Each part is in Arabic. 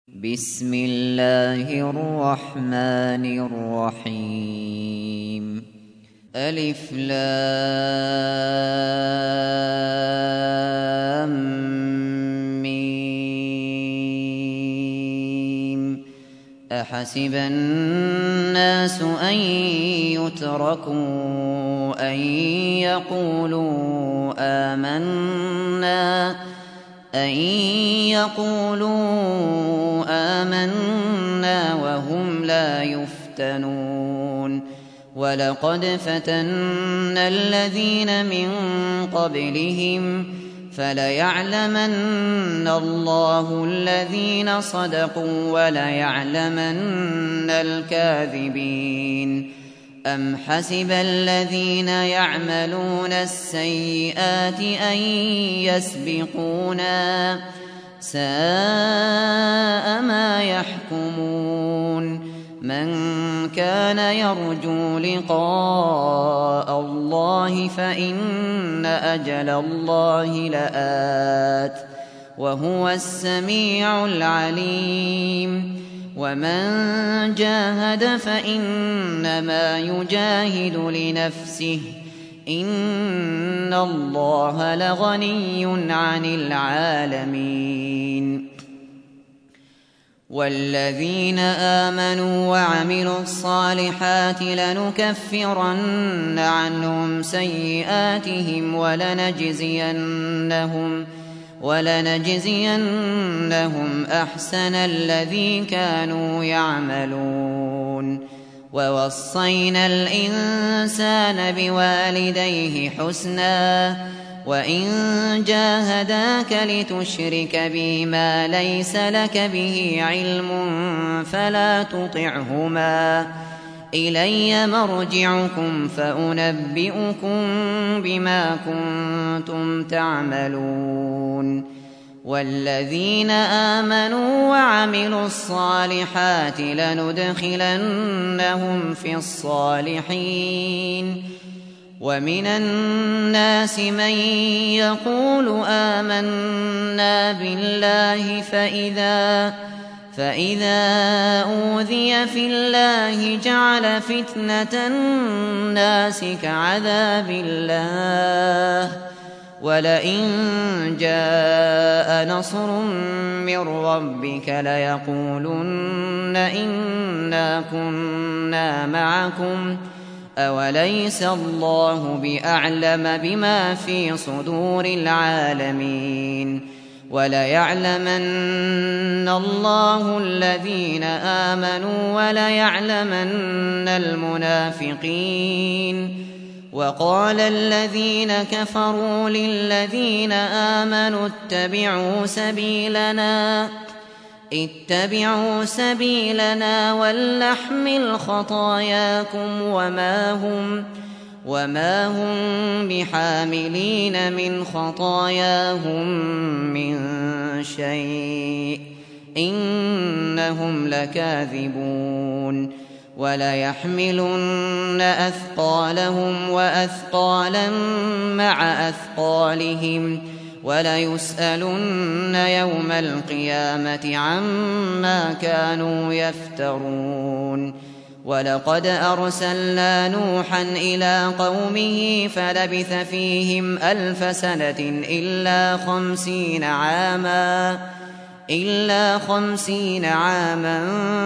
بسم الله الرحمن الرحيم ألف لام ميم أحسب الناس أن يتركوا أن يقولوا آمنا وهم لا يفتنون ولقد فتنا الذين من قبلهم فليعلمن الله الذين صدقوا وليعلمن الكاذبين أم حسب الذين يعملون السيئات أن يسبقونا ساء ما يحكمون من كان يرجو لقاء الله فإن أجل الله لآت وهو السميع العليم ومن جاهد فإنما يجاهد لنفسه إن الله لغني عن العالمين والذين آمنوا وعملوا الصالحات لنكفرن عنهم سيئاتهم ولنجزينهم أحسن الذي كانوا يعملون ووصينا الإنسان بوالديه حسنا وإن جاهداك لتشرك بي ما ليس لك به علم فلا تطعهما إلي مرجعكم فأنبئكم بما كنتم تعملون والذين آمنوا وعملوا الصالحات لندخلنهم في الصالحين ومن الناس من يقول آمنا بالله فإذا أوذي في الله جعل فتنة الناس كعذاب الله ولئن جاء نصر من ربك ليقولن إنا كنا معكم أوليس الله بأعلم بما في صدور العالمين وليعلمن الله الذين آمنوا وليعلمن المنافقين وقال الذين كفروا للذين آمنوا اتبعوا سبيلنا ولنحمل خطاياكم وما هم بحاملين من خطاياهم من شيء إنهم لكاذبون وليحملن أثقالهم وأثقالا مع أثقالهم وليسألن يوم القيامة عما كانوا يفترون ولقد أرسلنا نوحا إلى قومه فلبث فيهم 1000 سنة إلا 50 عاما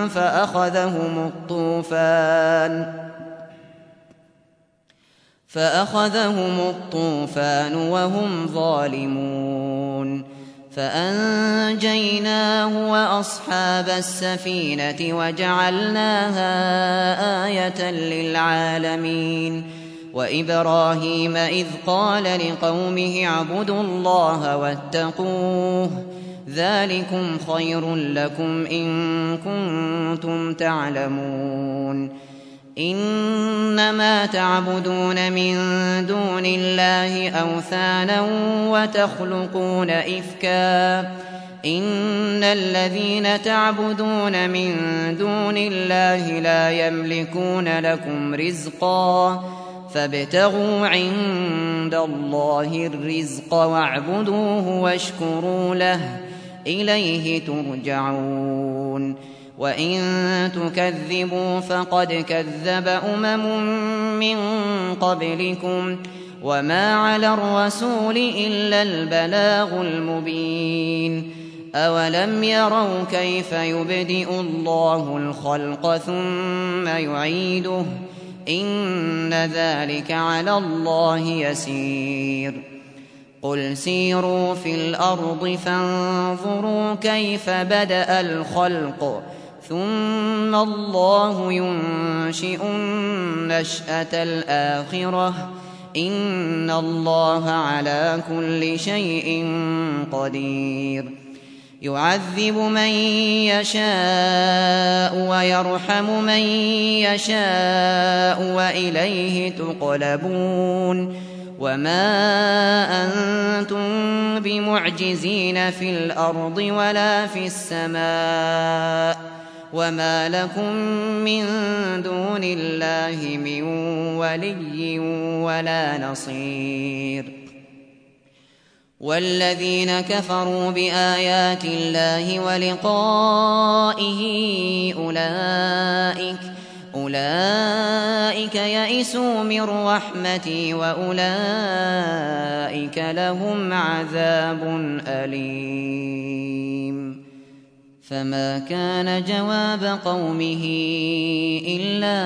فأخذهم الطوفان وهم ظالمون فأنجيناه وأصحاب السفينة وجعلناها آية للعالمين وإبراهيم إذ قال لقومه اعبدوا الله واتقوه ذلكم خير لكم إن كنتم تعلمون إنما تعبدون من دون الله أوثانا وتخلقون إفكا إن الذين تعبدون من دون الله لا يملكون لكم رزقا فابتغوا عند الله الرزق واعبدوه واشكروا له إليه ترجعون يعملون وإن تكذبوا فقد كذب من قبلكم وما على الرسول إلا البلاغ المبين أولم يروا كيف يبدئ الله الخلق ثم يعيده إن ذلك على الله يسير قل سيروا في الأرض فانظروا كيف بدأ الخلق ثم الله ينشئ النشأة الآخرة إن الله على كل شيء قدير يعذب من يشاء ويرحم من يشاء وإليه تقلبون وما أنتم بمعجزين في الأرض ولا في السماء وما لكم من دون الله من ولي ولا نصير والذين كفروا بآيات الله ولقائه أولئك يئسوا من رحمتي وأولئك لهم عذاب أليم فما كان جواب قومه إلا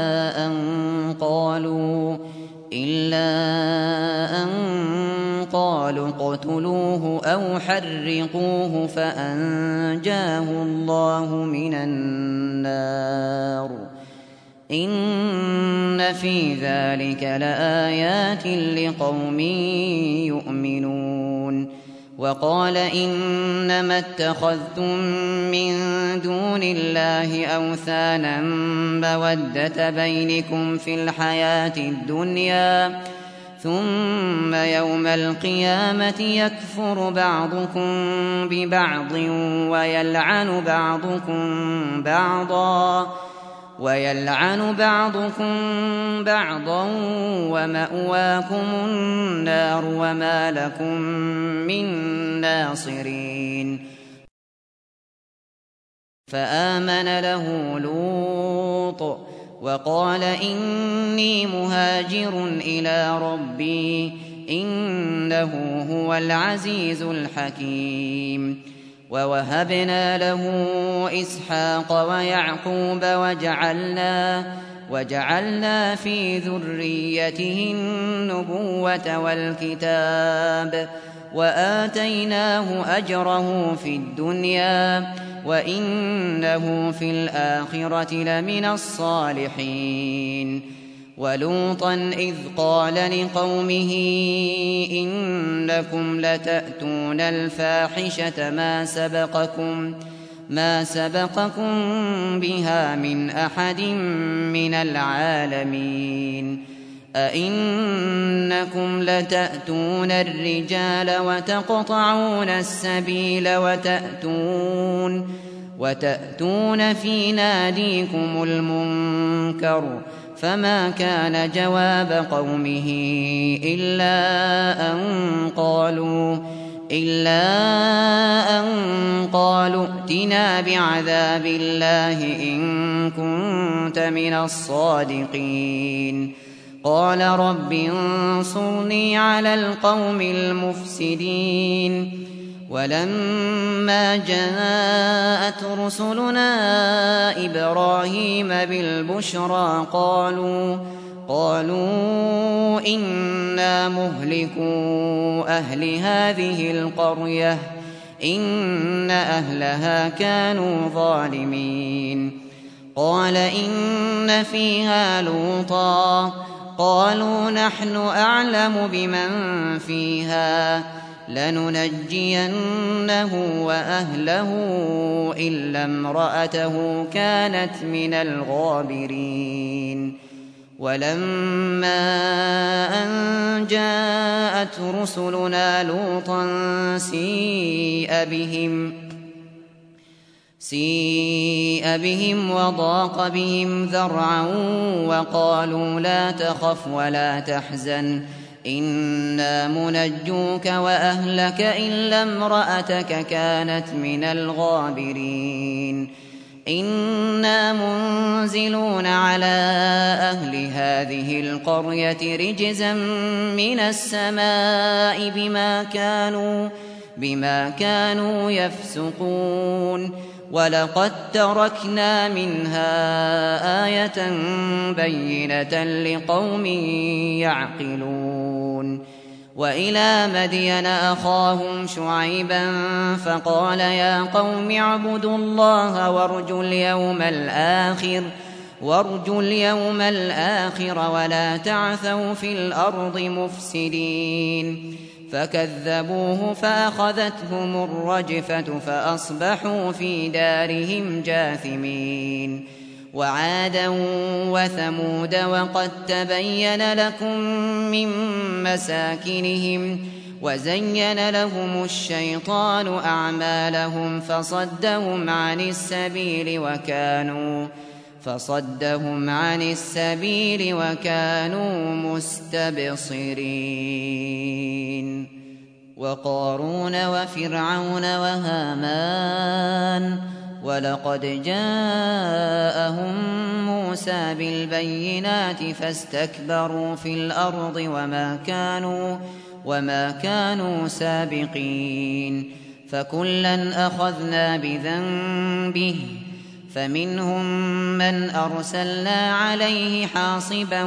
أن قالوا اقتلوه أو حرقوه فأنجاه الله من النار إن في ذلك لآيات لقوم يؤمنون وقال إنما اتخذتم من دون الله أوثانا مودة بينكم في الحياة الدنيا ثم يوم القيامة يكفر بعضكم ببعض ويلعن بعضكم بعضا ومأواكم النار وما لكم من ناصرين فآمن له لوط وقال إني مهاجر إلى ربي إنه هو العزيز الحكيم ووهبنا له إسحاق ويعقوب وجعلنا في ذريته النبوة والكتاب وآتيناه أجره في الدنيا وإنه في الآخرة لمن الصالحين ولوطا إذ قال لقومه إنكم لتأتون الفاحشة ما سبقكم بها من أحد من العالمين أئنكم لتأتون الرجال وتقطعون السبيل وتأتون في ناديكم المنكر فما كان جواب قومه إلا أن قالوا ائتنا بعذاب الله إن كنت من الصادقين قال رب انصرني على القوم المفسدين ولما جاءت رسلنا إبراهيم بالبشرى قالوا إنا مهلكو أهل هذه القرية إن أهلها كانوا ظالمين قال إن فيها لوطا قالوا نحن أعلم بمن فيها لننجينه وأهله إلا امرأته كانت من الغابرين ولما أن جاءت رسلنا لوطا سيء بهم وضاق بهم ذرعا وقالوا لا تخف ولا تحزن إنا منجوك وأهلك إلا امرأتك كانت من الغابرين إنا منزلون على أهل هذه القرية رجزا من السماء بما كانوا يفسقون ولقد تركنا منها آية بينة لقوم يعقلون وإلى مدين أخاهم شعيبا فقال يا قوم اعبدوا الله وارجوا اليوم الآخر ولا تعثوا في الأرض مفسدين فكذبوه فأخذتهم الرجفة فأصبحوا في دارهم جاثمين وعادا وثمود وقد تبين لكم من مساكنهم وزين لهم الشيطان أعمالهم فصدهم عن السبيل وكانوا مستبصرين وقارون وفرعون وهامان ولقد جاءهم موسى بالبينات فاستكبروا في الأرض وما كانوا سابقين فكلا أخذنا بذنبه فمنهم من أرسلنا عليه حاصبا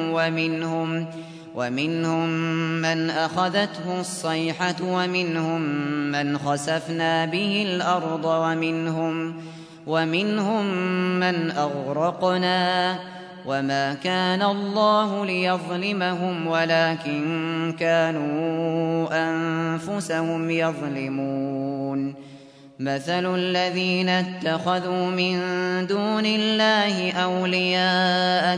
ومنهم من أخذته الصيحة ومنهم من خسفنا به الأرض ومنهم من أغرقنا وما كان الله ليظلمهم ولكن كانوا أنفسهم يظلمون مثل الذين اتخذوا من دون الله أولياء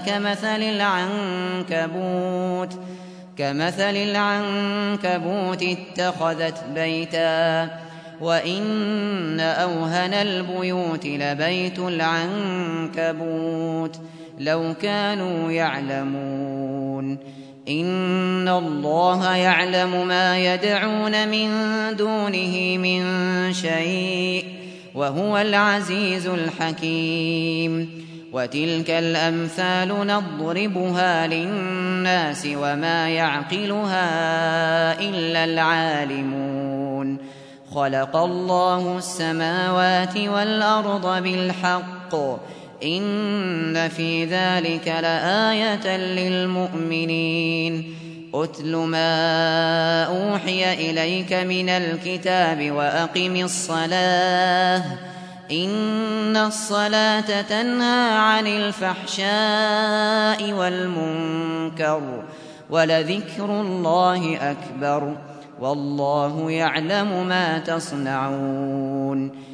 كمثل العنكبوت اتخذت بيتا وإن أوهن البيوت لبيت العنكبوت لو كانوا يعلمون إن الله يعلم ما يدعون من دونه من شيء وهو العزيز الحكيم وتلك الأمثال نضربها للناس وما يعقلها إلا العالمون خلق الله السماوات والأرض بالحق إن في ذلك لآية للمؤمنين أتل ما أوحي إليك من الكتاب وأقم الصلاة إن الصلاة تنهى عن الفحشاء والمنكر ولذكر الله أكبر والله يعلم ما تصنعون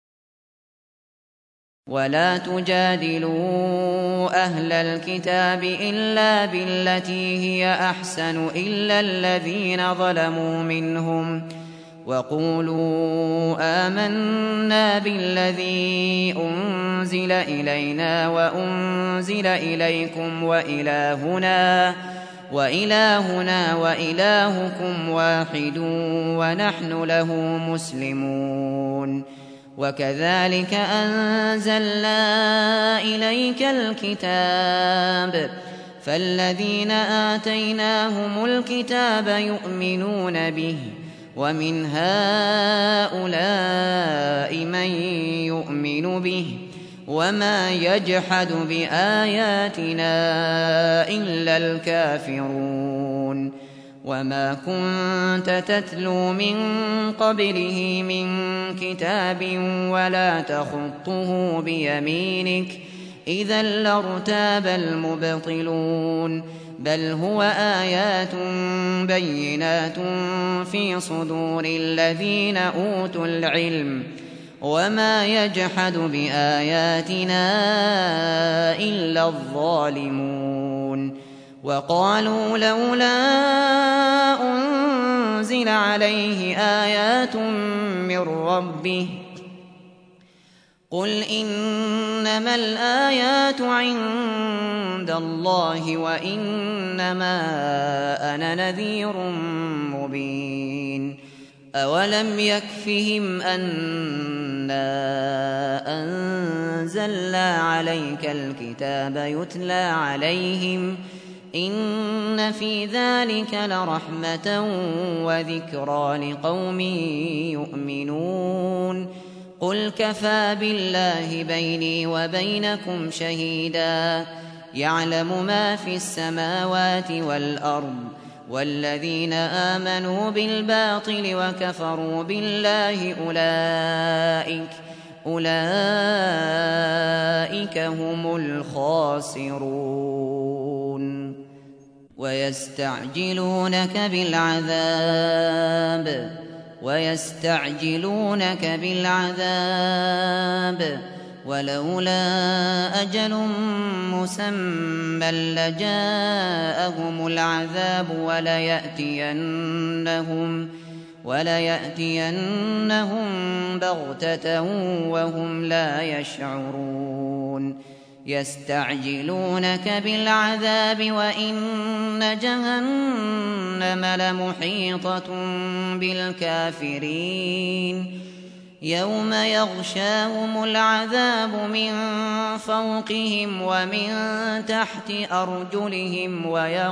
ولا تجادلوا أهل الكتاب إلا بالتي هي أحسن إلا الذين ظلموا منهم وقولوا آمنا بالذي أنزل إلينا وأنزل إليكم وإلهنا وإلهكم واحد ونحن له مسلمون وكذلك أنزلنا إليك الكتاب فالذين آتيناهم الكتاب يؤمنون به ومن هؤلاء من يؤمن به وما يجحد بآياتنا إلا الكافرون وما كنت تتلو من قبله من كتاب ولا تخطه بيمينك إذا لارتاب المبطلون بل هو آيات بينات في صدور الذين أوتوا العلم وما يجحد بآياتنا إلا الظالمون وقالوا لولا أنزل عليه آيات من ربه قل إنما الآيات عند الله وإنما أنا نذير مبين أولم يكفهم أنا أنزلنا عليك الكتاب يتلى عليهم إن في ذلك لرحمة وذكرى لقوم يؤمنون قل كفى بالله بيني وبينكم شهيدا يعلم ما في السماوات والأرض والذين آمنوا بالباطل وكفروا بالله أولئك هم الخاسرون ويستعجلونك بالعذاب ولولا أجل مسمى لجاءهم العذاب وليأتينهم بغتة وهم لا يشعرون يستعجلونك بالعذاب وإن جهنم لمحيطة بالكافرين يوم يغشاهم العذاب من فوقهم ومن تحت أرجلهم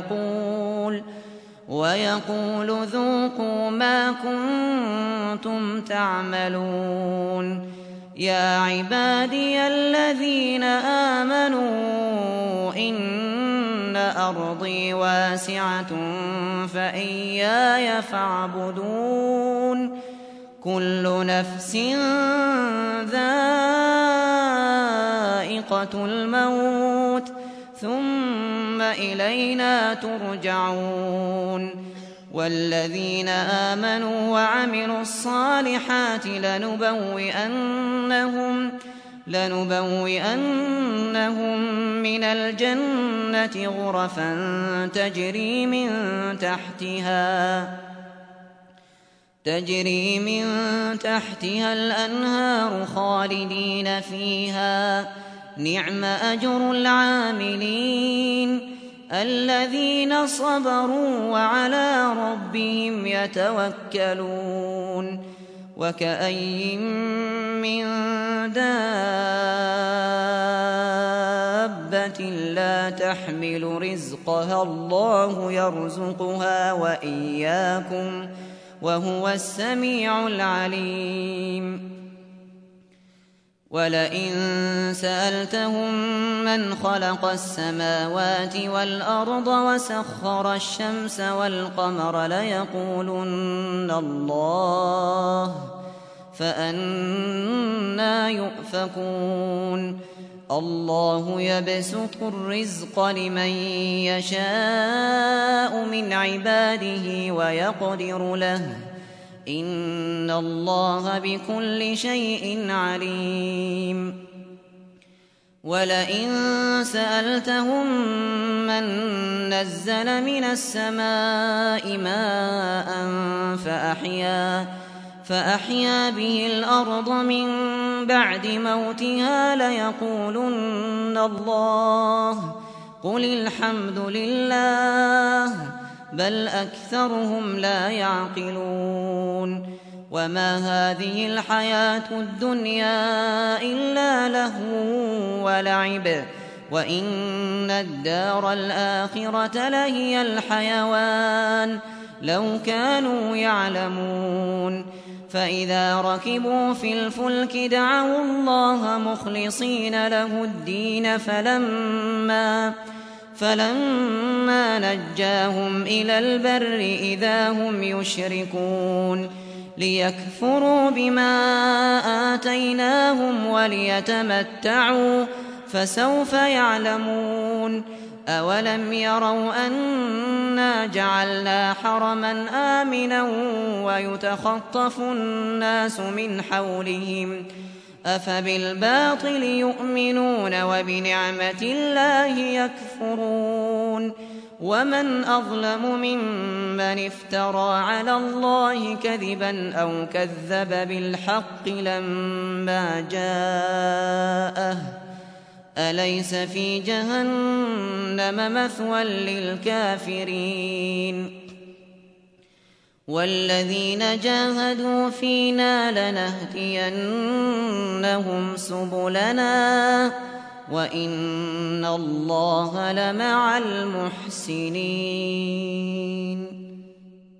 ويقول ذوقوا ما كنتم تعملون يا عبادي الذين آمنوا إن أرضي واسعة فإياي فاعبدون كل نفس ذائقة الموت ثم إلينا ترجعون والذين آمنوا وعملوا الصالحات لنبوئنهم من الجنة غرفا تجري من تحتها الأنهار خالدين فيها نعم أجر العاملين الذين صبروا وعلى ربهم يتوكلون وكأين من دابة لا تحمل رزقها الله يرزقها وإياكم وهو السميع العليم ولئن سألتهم من خلق السماوات والأرض وسخر الشمس والقمر ليقولن الله فأنى يؤفكون الله يبسط الرزق لمن يشاء من عباده ويقدر له إن الله بكل شيء عليم ولئن سألتهم من نزل من السماء ماء فأحيا به الأرض من بعد موتها ليقولن الله قل الحمد لله بل أكثرهم لا يعقلون وما هذه الحياة الدنيا إلا لهو ولعب وإن الدار الآخرة لهي الحيوان لو كانوا يعلمون فإذا ركبوا في الفلك دعوا الله مخلصين له الدين فلما نجاهم إلى البر إذا هم يشركون ليكفروا بما آتيناهم وليتمتعوا فسوف يعلمون أولم يروا أنا جعلنا حرما آمنا ويتخطف الناس من حولهم أفبالباطل يؤمنون وبنعمة الله يكفرون ومن أظلم ممن افترى على الله كذبا أو كذب بالحق لما جاءه أليس في جهنم مثوى للكافرين والذين جاهدوا فينا لنهدينهم سبلنا وإن الله لمع المحسنين